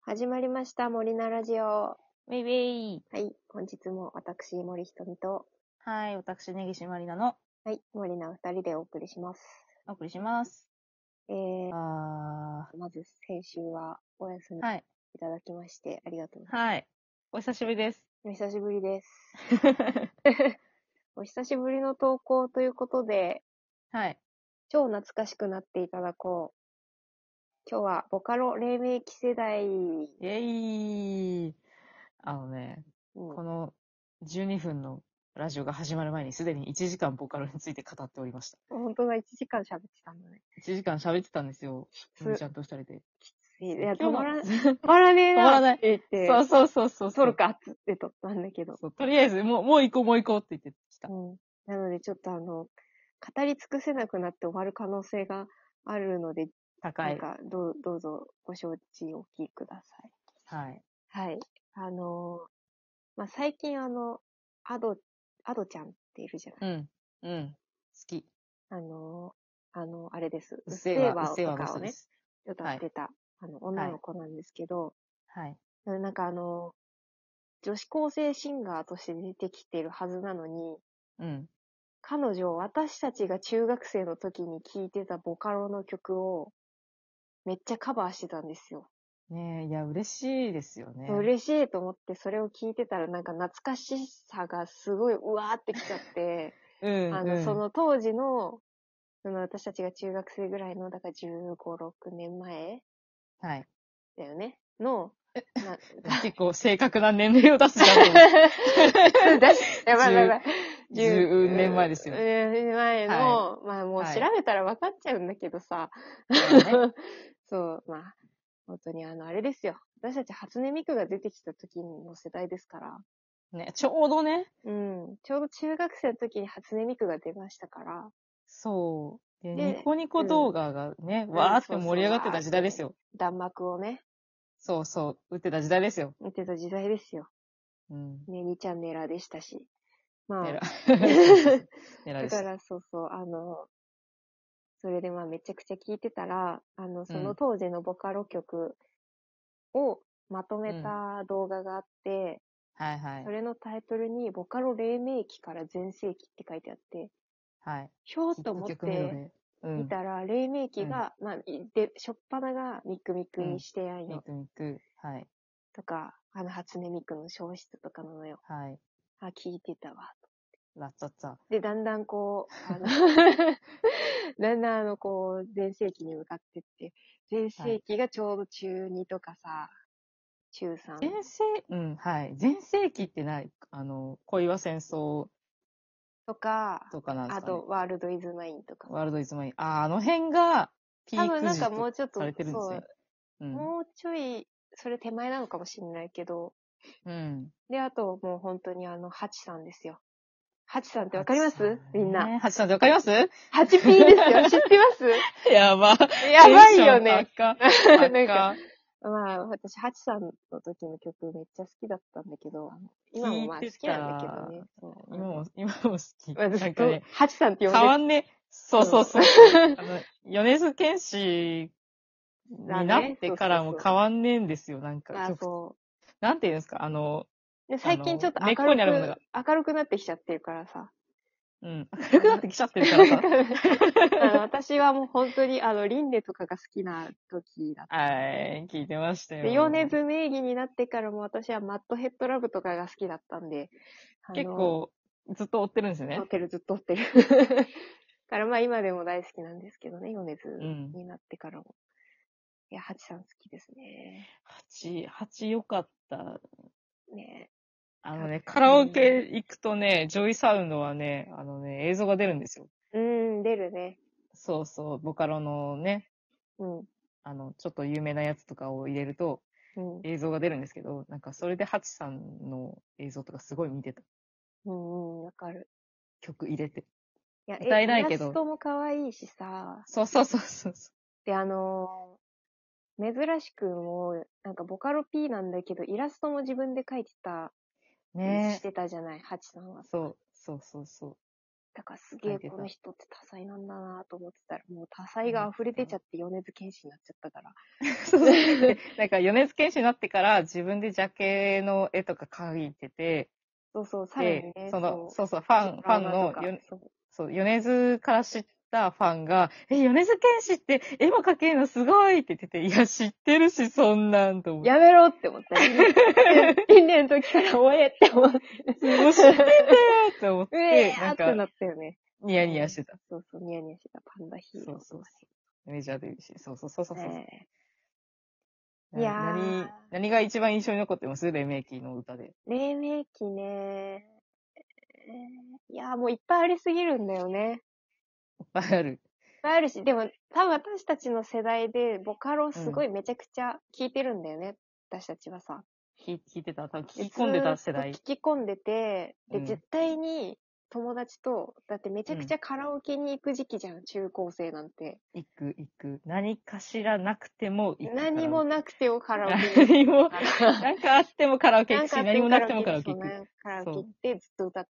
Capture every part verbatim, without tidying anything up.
始まりました、森菜ラジオ。 ウェイウェイ。 はい、本日も私、森ひとみと、 はい、私、根岸まりなの、 はい、森菜二人でお送りします。 お送りします。 えー、 あまず先週はお休みー、はい、 いただきましてありがとうございます。 はい。お久しぶりです。 お久しぶりです。お久しぶりの投稿ということで、 はい。 超懐かしくなっていただこう。今日はボカロ黎明期世代。 イェイ。あのね、 うん、 このじゅうにふんのラジオが始まる前にすでにいちじかんボカロについて語っておりました。 本当だ、いちじかん喋ってたんだね。 いちじかん喋ってたんですよ。のりちゃんと二人で。 いや、止今日のまら、止まらねえな止まらないって言って、 そうそうそうそうそう。 撮るかっつって撮ったんだけど。 そうとりあえず、もう、もう行こう、もう行こうって言ってきた。 うん。なので、ちょっとあの、語り尽くせなくなって終わる可能性があるので、 高い。 なんか、どう、どうぞご承知おきください。 はい。 はい。あのー、まあ、最近あの、アド、アドちゃんっているじゃない。 うん。うん。好き。 あのー、あの、あれです。うっうっせぇわ、うっせぇわせぇわとかをね、 の人です。 歌はい。 ってた、あの、女の子なんですけど、 はい。 なんかあの、女子高生シンガーとして出てきてるはずなのに、 うん。 彼女、私たちが中学生の時に聴いてたボカロの曲をめっちゃカバーしてたんですよ。 ねえ、いや、嬉しいですよね。 嬉しいと思ってそれを聞いてたらなんか懐かしさがすごいうわーってきちゃって、 うん、 あの、 うん。 その当時の、その私たちが中学生ぐらいの、だからじゅうご、ろくねんまえはい。 だよね。の、な、 結構正確な年齢を出すじゃんと思って。 だし、やばいやばいやばい。 じゅうねんまえですよ。 年前の、 はい。 まあもう調べたら分かっちゃうんだけどさ。 まあね。 そう、まあ、本当にあの、あれですよ。私たち初音ミクが出てきた時の世代ですから。 ね、ちょうどね。 うん。ちょうど中学生の時に初音ミクが出ましたから。 そう。で、 で、 ニコニコ動画がね、 うん、 わーってそうそう、 盛り上がってたわーってね、 時代ですよ。 弾幕をね、 そうそう、打ってた時代ですよ。 見てた時代ですよ。 うん。 ね、にチャンネラーでしたし。まあ。 ネラ。そうそうそう。ネラでした。 だからそうそう、あの、それでまあめちゃくちゃ聞いてたら、あの、そのうん。 当時のボカロ曲をまとめうん。 た動画があって、 はいはい。 それのタイトルにボカロ黎明期から全盛期って書いてあって、 はい。 ひょーっとヒット思って曲メドレー。うん。 見たら、黎明うん。 期が、まあ、で、しょっぱながミクミクうん。 にしてないの。 ミクミク。はい。 とか、あの、初音ミクの消失とかなのよ。 はい。 あ、聞いてたわ。 ラッツァッツァ。 で、だんだんこう、あの、だんだんあの、こう、全盛期に向かってって、全盛期がちょうど中にとかさ、中さん。 全盛、うん、はい。全盛期ってない、あの、恋は戦争とか、 とかなんですかね。 あと、ワールドイズマインとかさ。 ワールドイズマイン。あ、あの辺がピ多分なんかーク時ともうちょっと、 されてるんですそね。 う、 うん。 もうちょい、それ手前なのかもしれないけど、 うん。 で、あともう本当にあの、ハチさんですよ。ハチさんってわハかりまチさんすみんな。 ね。ハチさんってわかります？ ハチピーですよ。知ってますやば。 やばいよね。 赤。 なんか、 赤。 まあ、私、ハチさんの時の曲めっちゃ好きだったんだけど、今もまあ好聞いてきなんだけどた。 ね。そう。 今も、今も好き。 まあ、ずっとなんかね、 ハチさんって呼んで変わんね。そうそうそうそう。あの、米津玄師になっだね。 てからもそうそうそう。 変わんねえんですよ。なんかまあ、 曲。 そなんていうんですか、あの、 う。で、 あ最近ちょっとの、根っ明るく、 こにあるものが。 明るくなってきちゃってるからさ。 うん。明るくなってきちゃってるからさ。 あの私はもう本当にあの、リンネとかが好きな時だったはので。 い、聞いてましたで、米よ。 津名義になってからも私はマッドヘッドラブとかが好きだったんで、あの、 結構、ずっと追ってるんですね。 追ってる、ずっと追ってる。からまあ今でも大好きなんですけどね、米津になってからも。いや、ハチさん好きですね。 はち、はち良かった。 ねあのね、カラオケ行くとね、ジョイサウンドはね、あのね、映像が出るんですよ。 うん、出るね。 そうそう、ボカロのね、 うん。 あの、ちょっと有名なやつとかを入れると、 うん。 映像が出るんですけど、なんかそれでハチさんの映像とかすごい見てた。 うん、わかる。 曲入れて。 いや、え、 歌えイないけど。 ラストも可愛いしさ。 そうそうそうそう。 で、あのー、珍しくも、なんかボカロ P なんだけど、イラストも自分で描いてたりしねえ。 てたじゃない、ハチさんは。 そう、そうそうそう。 だからすげえこの人って多彩なんだなと思ってたら、もう多彩が溢れ出ちゃって米津玄師になっちゃったから。 そうそう。でなんか米津玄師になってから自分でジャケの絵とか描いてて、 そうそう、さらにで、 ね、 その、 そそうそう、ファン、 う、 ファンのとかよ、 そうそう、米津から知ったファンが、え、米津玄師って絵も描けるのすごいって言ってて、いや、知ってるし、そんなんと思って。 やめろって思った。リンネの時からおえって思って。 もう知ってんだよって思っうえて、なんかーってな、ったよね。 ニヤニヤしてた。 そうそう、ニヤニヤしてたパンダヒーローとかそうそうそう。メジャーデビューし、そうそうそうそうそう。 ね。いなやー、 何、何が一番印象に残ってますレメキの歌で。 黎明期ね。いやー、もういっぱいありすぎるんだよね。 いっぱいある。 いっぱいあるし、でも多分私たちの世代でボカロすごいめちゃくちゃ聞いてるんだよね。私たちはさ。 聞聞いてた多分で聞き込んでたずーっと世代。 聞き込んでて、で、 うん絶対に友達と、だってめちゃくちゃカラオケに行く時期じゃん、中高生なんて。 行く、行く。何かしらなくても行く。 何もなくてもカラオケに何も行くか、ら。 なんかあってもカラオケ行くし、 なんかあって何もなくてもカラオケそう行く。 カラオケ行っそてずっと歌って、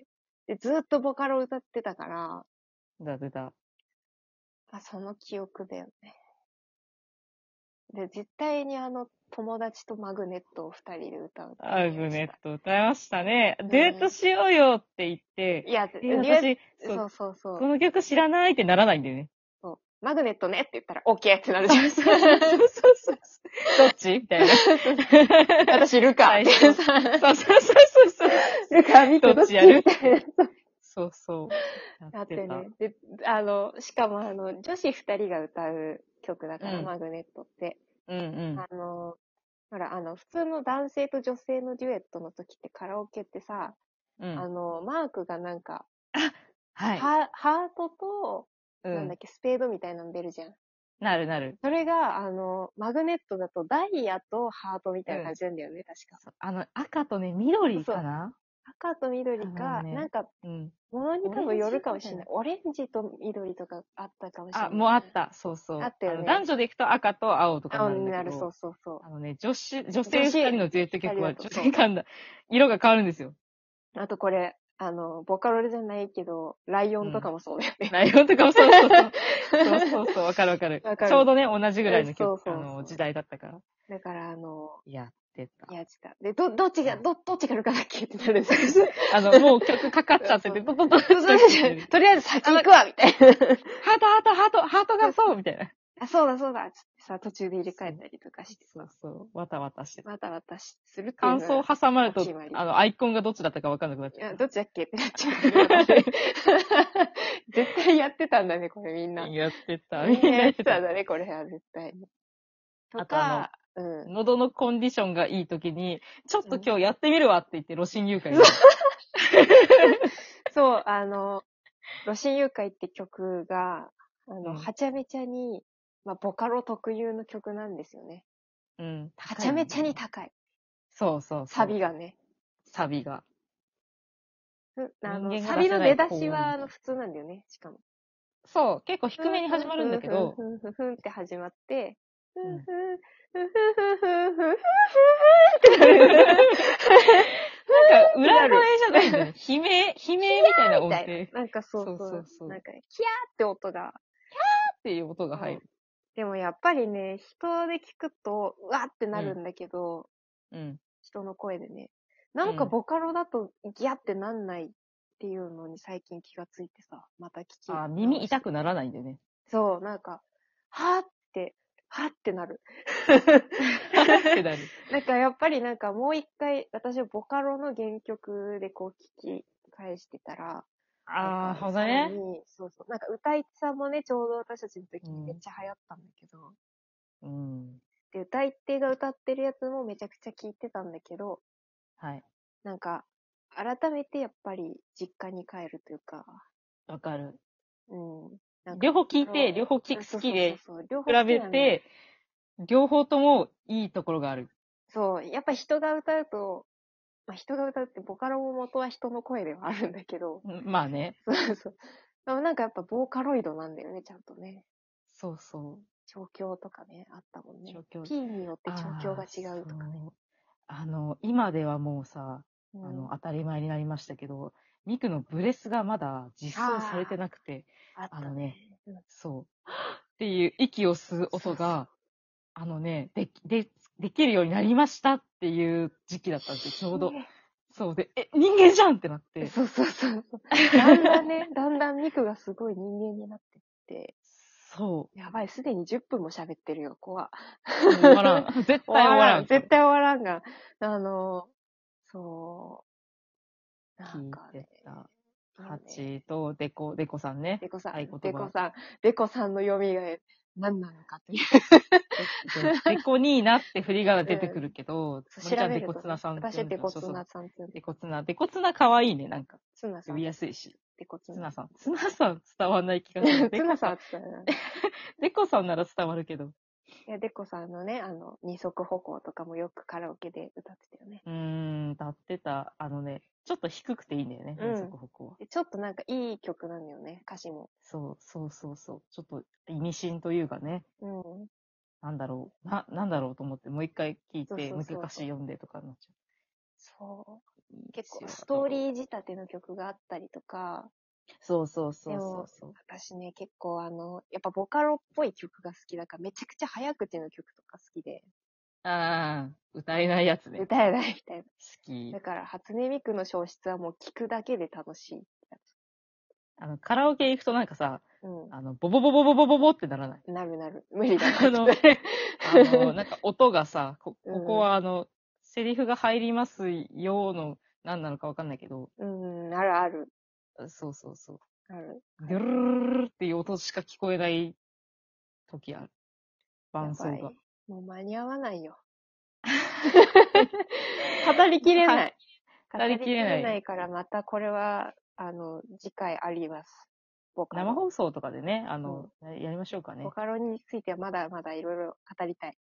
で、ずっとボカロ歌ってたから、 う。だってた。 あ、その記憶だよね。で、絶対にあの、友達とマグネットを二人で歌うってアいうグネット歌いましたね。 んデートしようよって言って、 いや、 え、 デュエ私、そそううそうそう。 この曲知らないってならないんだよね。 そうマグネットねって言ったら、オッケーってなるじゃん。 そうそうそうそうそう。どっちみたいな。 私、ルカってさ、 そうそうそうそうそう。 ルカ、ミクどっちやるみたいな。 そうそう。 あやった。 っててね。で、あの、しかもあの、女子二人が歌う曲だから、 うんマグネットって。 うんうん。 あの、ほら、あの、普通の男性と女性のデュエットの時ってカラオケってさ、 うん。 あの、マークがなんか、 はい。 ハハートと、 うん。 なんだっけ、スペードみたいなの出るじゃん。 なるなる。 それが、あの、マグネットだとダイヤとハートみたいなうん感じなんだよね、確か。 そうあの、赤とね、緑そうかな赤と緑か、 あのねなんか、 うん。 ものに多分よるかもしれオレンジみたいなない。オレンジと緑とかあったかもしれなあ、 い。 もうあった。そうそう。あの、 あったよね。 男女で行くと赤と青とかになるん青になる、そだけど、 うそうそう。 あのね、女子、女性女子二人のデュエット曲は、女二人だとそう性間だ。色が変わるんですよ。 あとこれ、あの、ボカロじゃないけど、ライオンとかもそうだよね。 ライオンとかもそうそうそう。そうそうそう、わかるわかる。 わかるちょうどね、同じぐらいのそう曲、 そうそうあの、時代だったから。 だから、あの、 やってた。 いや、ちょっと、で、ど、どっちが、 はいど、どっちがるかだっけってなるんですよ。 あの、もう曲かかっちゃってて、 そトトトトとりあえず先行くわみたいな。 ハートハートハートハートがそうみたいな。 あ、そうだそうだつってさ、途中で入れ替えたりとかしてさ、 そうそう、わたわたしてた。 わたわたしするっていう感のが想挟まるとお決ま、りあの、アイコンがどっちだったかわかんなくなっいや、 ちゃう。 どっちだっけってなっちゃう。絶対やってたんだね、これみんな。 やってた。 みんなやっみんなやっててた。 たんだね、これは絶対に。とあとあのか、うん。 喉のコンディションがいい時に、ちょっと今日やってみるわって言って、露心誘拐に。 そう、あの、露心誘拐って曲が、あの、 うんはちゃめちゃに、まあ、ボカロ特有の曲なんですよね。 うん。 はちゃめちゃに高い。 そうそうそう。 サビがね。 サビが。 ふあの、 人間がサビの出せない出だしは、 高音あの、普通なんだよね、しかも。 そう、結構低めに始まるんだけど、 ふんふんふんふんふんって始まって、ふうんんふんふんふんふんふんふんふんってなる。 なんか、裏声じゃないんだよね。悲鳴、悲鳴みたいな音みた程。 いな。なんかそうそう。 そうそうそうなんか、キャーって音が。 っていう音が入る。 でもやっぱりね、人で聞くと、うわってなるんだけど、 うん。 人の声でね。なんかボカロだとギャってなんないっていうのに最近気がついてさ、また聞き。 あ、耳痛くならないんだよね。 そう、なんか、はーって、はーってなる。 ってなる。 なんかやっぱりなんかもう一回、私はボカロの原曲でこう聞き返してたら、 ああ、ほどさらね。 に、そうそう。なんか歌い手さんもね、ちょうど私たちの時にめっちゃ流行ったんだけど、 うん。 で、歌い手が歌ってるやつもめちゃくちゃ聞いてたんだけど、 はい。 なんか、改めてやっぱり実家に帰るというか、 わかる。 うん。なんか両方聞いて、両方聞そう好きで、 そうそうそう両比べ方好きなんだよて、両方ともいいところがある。 そう、やっぱ人が歌うと、まあ、人が歌うってボカロも元は人の声ではあるんだけど、 うんまあね。 そうそう。でもなんかやっぱボーカロイドなんだよね、ちゃんとね。 そうそう。 調教とかね、あったもんね。 調教 P によって調教が違うとかね。 あーそうあの、今ではもうさ、 うん、 あの、当たり前になりましたけど、 ミクのブレスがまだ実装されてなくて、 あったあのねね。 うんそう。っていう息を吸う音が、あのね、で、で、できるようになりましたっていう時期だったんですよ、ちょうど。 ねそうで、え、人間じゃんってなって。 そうそうそうそう。だんだんね、だんだんミクがすごい人間になってって、 そやばい、すでにじゅっぷんも喋ってるよ、怖。 う。もう終わらん。絶対終わらん。 絶対終わらんが、あの、そう、なん聞いかねて、た。 いいよハねチとデコ、デコさんね。 デコさん、 合言葉デコさん、デコさんの読みが何なのかという。 で、デコにーなって振り仮名出てくるけど、 そう森ちゃんデ調べるとねコツナさんって私はデコツナさんって呼んでデコツナ。デコツナかわいいね、なんか。 ツナさん。 呼びやすいし。 デコツナ。 ツナさん。ツナさん伝わんない気がする。 ツナさんん。 って言ったら、 デコさんなら伝わるけど。 いや、デコさんのね、あの、二足歩行とかもよくカラオケで歌ってたよね。 うーん、歌ってた。あのね、ちょっと低くていいんだよね、 うん二足歩行は。 でちょっとなんかいい曲なんだよね、歌詞も。 そう、そうそうそう。ちょっと意味深というかね、 うん。 なんだろう、な、なんだろうと思って、もう一回聞いて、 そうそうそうそうもう一回歌詞読んでとかになっちゃそう。 う。いい結構ですよストーリー仕立ての曲があったりとか、 そうそうそうでもそうそう。 私ね、結構あの、やっぱボカロっぽい曲が好きだから、めちゃくちゃ早口の曲とか好きで、 ああ、歌えないやつね。好歌えないみたいな。 きだ。から、初音ミクの消失はもう聞くだけで楽しいやあの、カラオケ行くとなんかさ、 つ。うあの、ボボボボボボボボってならない。 ん。なるなる。無理だな。 あの、あの、なんか音がさ、こ、 うんここはあの、セリフが入りますよの、何なのかわかんないけど、 うん、あるある。 そうそうそう。 ある。 ドゥルルルルルっていう音しか聞こえない時ある。伴やば奏が。 い。もう間に合わないよ。語りきれない。 語りきれない語りきれないから、またこれは、あの、次回あります。ボカロ。 生放送とかでね、あの、やりましょうかねボ。カロについてはまだまだいろいろ語りたい。